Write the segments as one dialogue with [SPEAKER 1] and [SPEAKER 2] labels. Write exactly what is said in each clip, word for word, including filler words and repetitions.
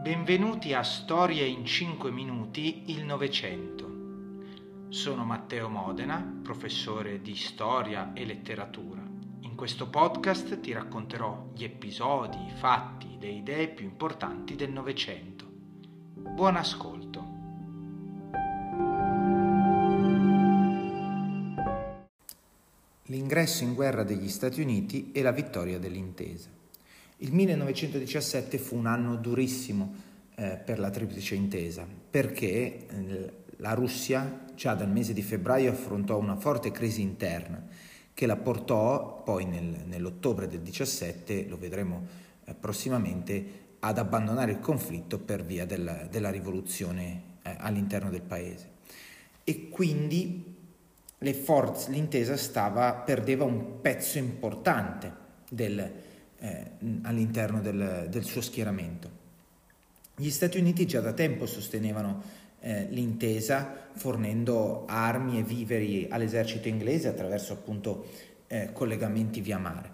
[SPEAKER 1] Benvenuti a Storie in cinque minuti, il Novecento. Sono Matteo Modena, professore di storia e letteratura. In questo podcast ti racconterò gli episodi, i fatti, le idee più importanti del Novecento. Buon ascolto. L'ingresso in guerra degli Stati Uniti e la vittoria dell'Intesa. Il millenovecentodiciassette fu un anno durissimo eh, per la Triplice Intesa, perché eh, la Russia già dal mese di febbraio affrontò una forte crisi interna che la portò poi nel, nell'ottobre del diciassette, lo vedremo eh, prossimamente, ad abbandonare il conflitto per via della, della rivoluzione eh, all'interno del paese. E quindi le forze, l'intesa stava, perdeva un pezzo importante del Eh, all'interno del, del suo schieramento. Gli Stati Uniti già da tempo sostenevano eh, l'intesa fornendo armi e viveri all'esercito inglese attraverso appunto eh, collegamenti via mare.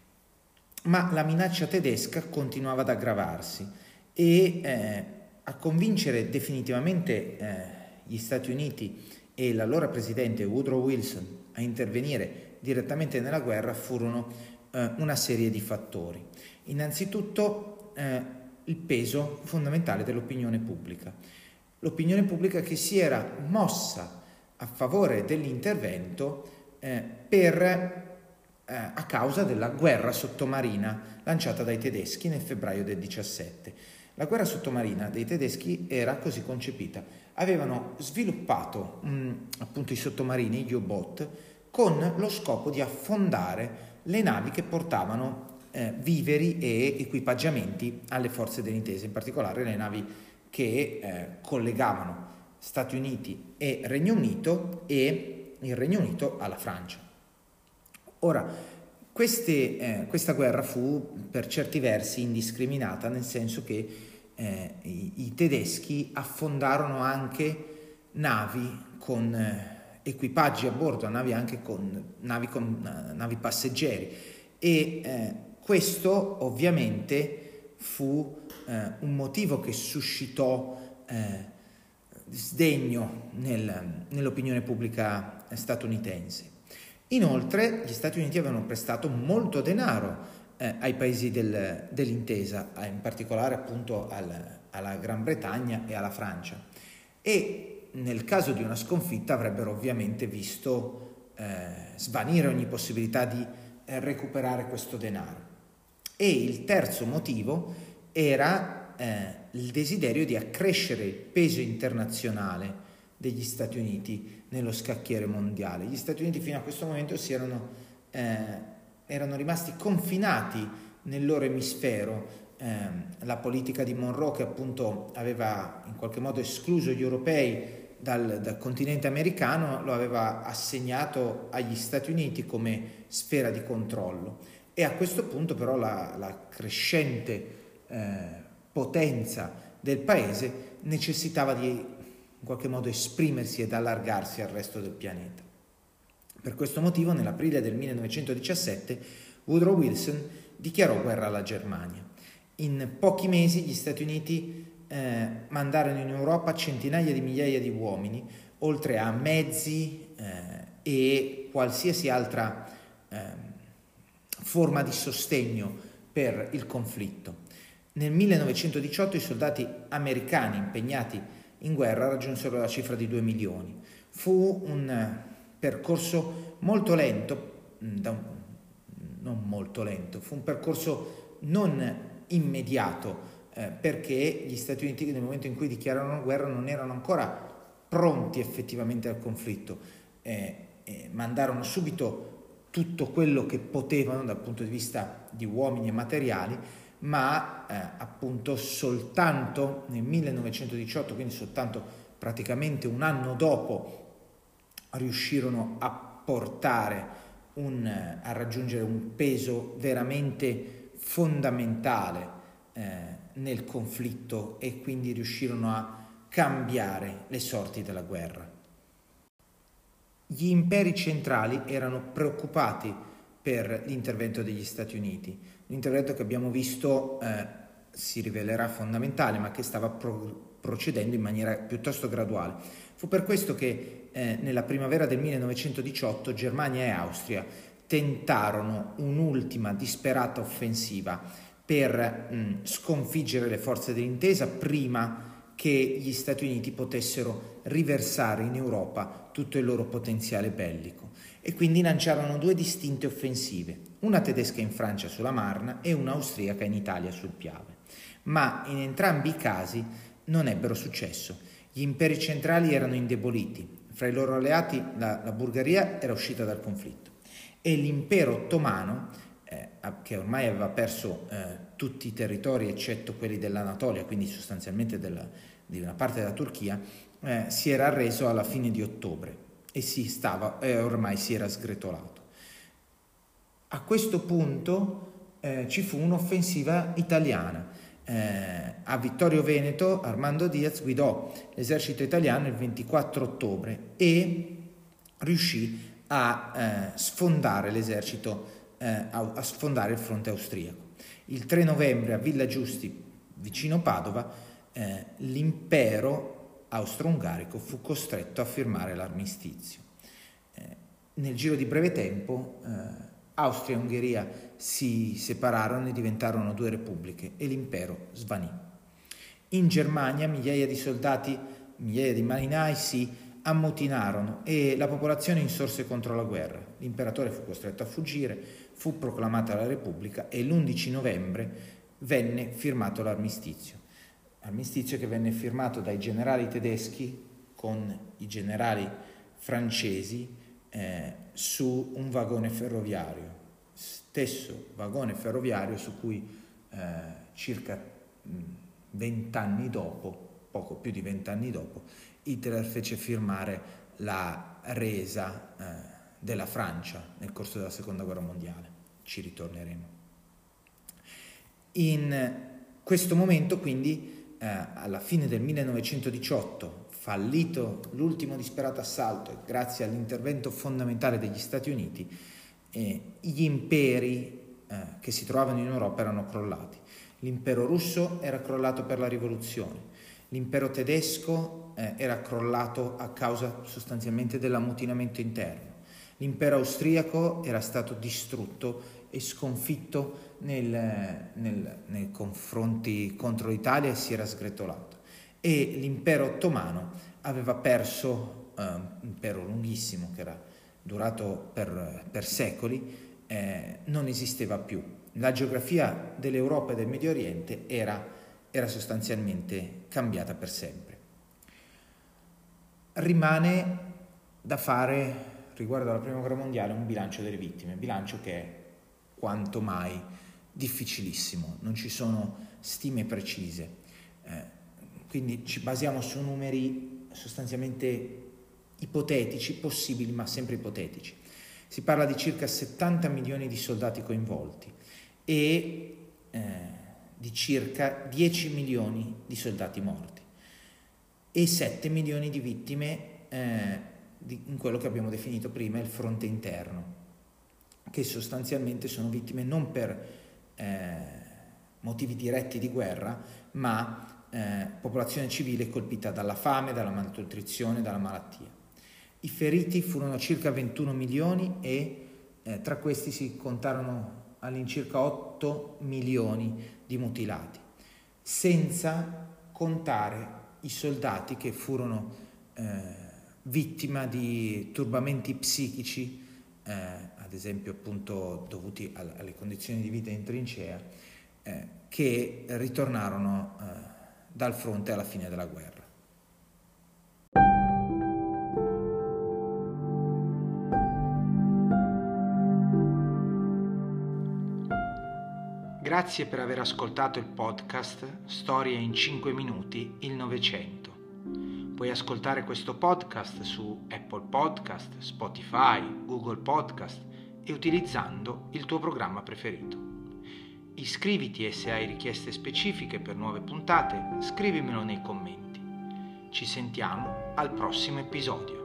[SPEAKER 1] Ma la minaccia tedesca continuava ad aggravarsi e eh, a convincere definitivamente eh, gli Stati Uniti e l'allora presidente Woodrow Wilson a intervenire direttamente nella guerra furono una serie di fattori. Innanzitutto eh, il peso fondamentale dell'opinione pubblica. L'opinione pubblica che si era mossa a favore dell'intervento eh, per, eh, a causa della guerra sottomarina lanciata dai tedeschi nel febbraio del diciassette. La guerra sottomarina dei tedeschi era così concepita. Avevano sviluppato mh, appunto i sottomarini, gli U-boat, con lo scopo di affondare le navi che portavano eh, viveri e equipaggiamenti alle forze dell'intesa, in particolare le navi che eh, collegavano Stati Uniti e Regno Unito e il Regno Unito alla Francia. Ora, queste, eh, questa guerra fu per certi versi indiscriminata, nel senso che eh, i, i tedeschi affondarono anche navi con eh, equipaggi a bordo, navi anche con navi, con, navi passeggeri e eh, questo ovviamente fu eh, un motivo che suscitò eh, sdegno nel, nell'opinione pubblica statunitense. Inoltre gli Stati Uniti avevano prestato molto denaro eh, ai paesi del, dell'intesa, in particolare appunto al, alla Gran Bretagna e alla Francia, e nel caso di una sconfitta avrebbero ovviamente visto eh, svanire ogni possibilità di eh, recuperare questo denaro. E il terzo motivo era eh, il desiderio di accrescere il peso internazionale degli Stati Uniti nello scacchiere mondiale. Gli Stati Uniti fino a questo momento si erano, eh, erano rimasti confinati nel loro emisfero. Eh, la politica di Monroe, che appunto aveva in qualche modo escluso gli europei dal, dal continente americano, lo aveva assegnato agli Stati Uniti come sfera di controllo, e a questo punto però la, la crescente eh, potenza del paese necessitava di in qualche modo esprimersi ed allargarsi al resto del pianeta. Per questo motivo nell'aprile del millenovecentodiciassette Woodrow Wilson dichiarò guerra alla Germania. In pochi mesi gli Stati Uniti eh, mandarono in Europa centinaia di migliaia di uomini, oltre a mezzi eh, e qualsiasi altra eh, forma di sostegno per il conflitto. Nel millenovecentodiciotto i soldati americani impegnati in guerra raggiunsero la cifra di due milioni. Fu un percorso molto lento, da un, non molto lento, fu un percorso non immediato eh, perché gli Stati Uniti nel momento in cui dichiararono la guerra non erano ancora pronti effettivamente al conflitto, eh, eh, mandarono subito tutto quello che potevano dal punto di vista di uomini e materiali, ma eh, appunto soltanto nel millenovecentodiciotto, quindi soltanto praticamente un anno dopo, riuscirono a portare un, a raggiungere un peso veramente fondamentale eh, nel conflitto, e quindi riuscirono a cambiare le sorti della guerra. Gli imperi centrali erano preoccupati per l'intervento degli Stati Uniti, un intervento che abbiamo visto eh, si rivelerà fondamentale, ma che stava pro- procedendo in maniera piuttosto graduale. Fu per questo che eh, nella primavera del millenovecentodiciotto Germania e Austria tentarono un'ultima disperata offensiva per mh, sconfiggere le forze dell'intesa prima che gli Stati Uniti potessero riversare in Europa tutto il loro potenziale bellico, e quindi lanciarono due distinte offensive, una tedesca in Francia sulla Marna e una austriaca in Italia sul Piave. Ma in entrambi i casi non ebbero successo. Gli imperi centrali erano indeboliti, fra i loro alleati la, la Bulgaria era uscita dal conflitto e l'impero ottomano, eh, che ormai aveva perso eh, tutti i territori eccetto quelli dell'Anatolia, quindi sostanzialmente della, di una parte della Turchia, eh, si era arreso alla fine di ottobre e si stava, eh, ormai si era sgretolato. A questo punto eh, ci fu un'offensiva italiana. Eh, a Vittorio Veneto Armando Diaz guidò l'esercito italiano il ventiquattro ottobre e riuscì a eh, sfondare l'esercito, eh, a, a sfondare il fronte austriaco. Il tre novembre a Villa Giusti, vicino Padova, eh, l'impero austro-ungarico fu costretto a firmare l'armistizio. Eh, nel giro di breve tempo eh, Austria e Ungheria si separarono e diventarono due repubbliche e l'impero svanì. In Germania migliaia di soldati, migliaia di marinai si ammotinarono e la popolazione insorse contro la guerra. L'imperatore fu costretto a fuggire, fu proclamata la Repubblica e l'undici novembre venne firmato l'armistizio. Armistizio che venne firmato dai generali tedeschi con i generali francesi eh, su un vagone ferroviario, stesso vagone ferroviario su cui eh, circa vent'anni dopo, poco più di vent'anni dopo, Hitler fece firmare la resa eh, della Francia nel corso della Seconda Guerra Mondiale. Ci ritorneremo. In questo momento, quindi, eh, alla fine del millenovecentodiciotto, fallito l'ultimo disperato assalto e grazie all'intervento fondamentale degli Stati Uniti, eh, gli imperi eh, che si trovavano in Europa erano crollati. L'impero russo era crollato per la rivoluzione, l'impero tedesco eh, era crollato a causa sostanzialmente dell'ammutinamento interno, l'impero austriaco era stato distrutto e sconfitto nel, nel, nei confronti contro l'Italia e si era sgretolato, e l'impero ottomano aveva perso, eh, un impero lunghissimo che era durato per, per secoli, eh, non esisteva più. La geografia dell'Europa e del Medio Oriente era, era sostanzialmente cambiata per sempre. Rimane da fare riguardo alla Prima Guerra Mondiale un bilancio delle vittime, bilancio che è quanto mai difficilissimo, non ci sono stime precise, eh, quindi ci basiamo su numeri sostanzialmente ipotetici, possibili ma sempre ipotetici. Si parla di circa settanta milioni di soldati coinvolti e eh, di circa dieci milioni di soldati morti e sette milioni di vittime eh, di, in quello che abbiamo definito prima il fronte interno, che sostanzialmente sono vittime non per eh, motivi diretti di guerra, ma eh, popolazione civile colpita dalla fame, dalla malnutrizione, dalla malattia. I feriti furono circa ventuno milioni e eh, tra questi si contarono all'incirca otto milioni di mutilati, senza contare i soldati che furono eh, vittima di turbamenti psichici, eh, ad esempio appunto dovuti alle condizioni di vita in trincea, eh, che ritornarono eh, dal fronte alla fine della guerra. Grazie per aver ascoltato il podcast Storie in cinque minuti, il Novecento. Puoi ascoltare questo podcast su Apple Podcast, Spotify, Google Podcast e utilizzando il tuo programma preferito. Iscriviti e se hai richieste specifiche per nuove puntate, scrivimelo nei commenti. Ci sentiamo al prossimo episodio.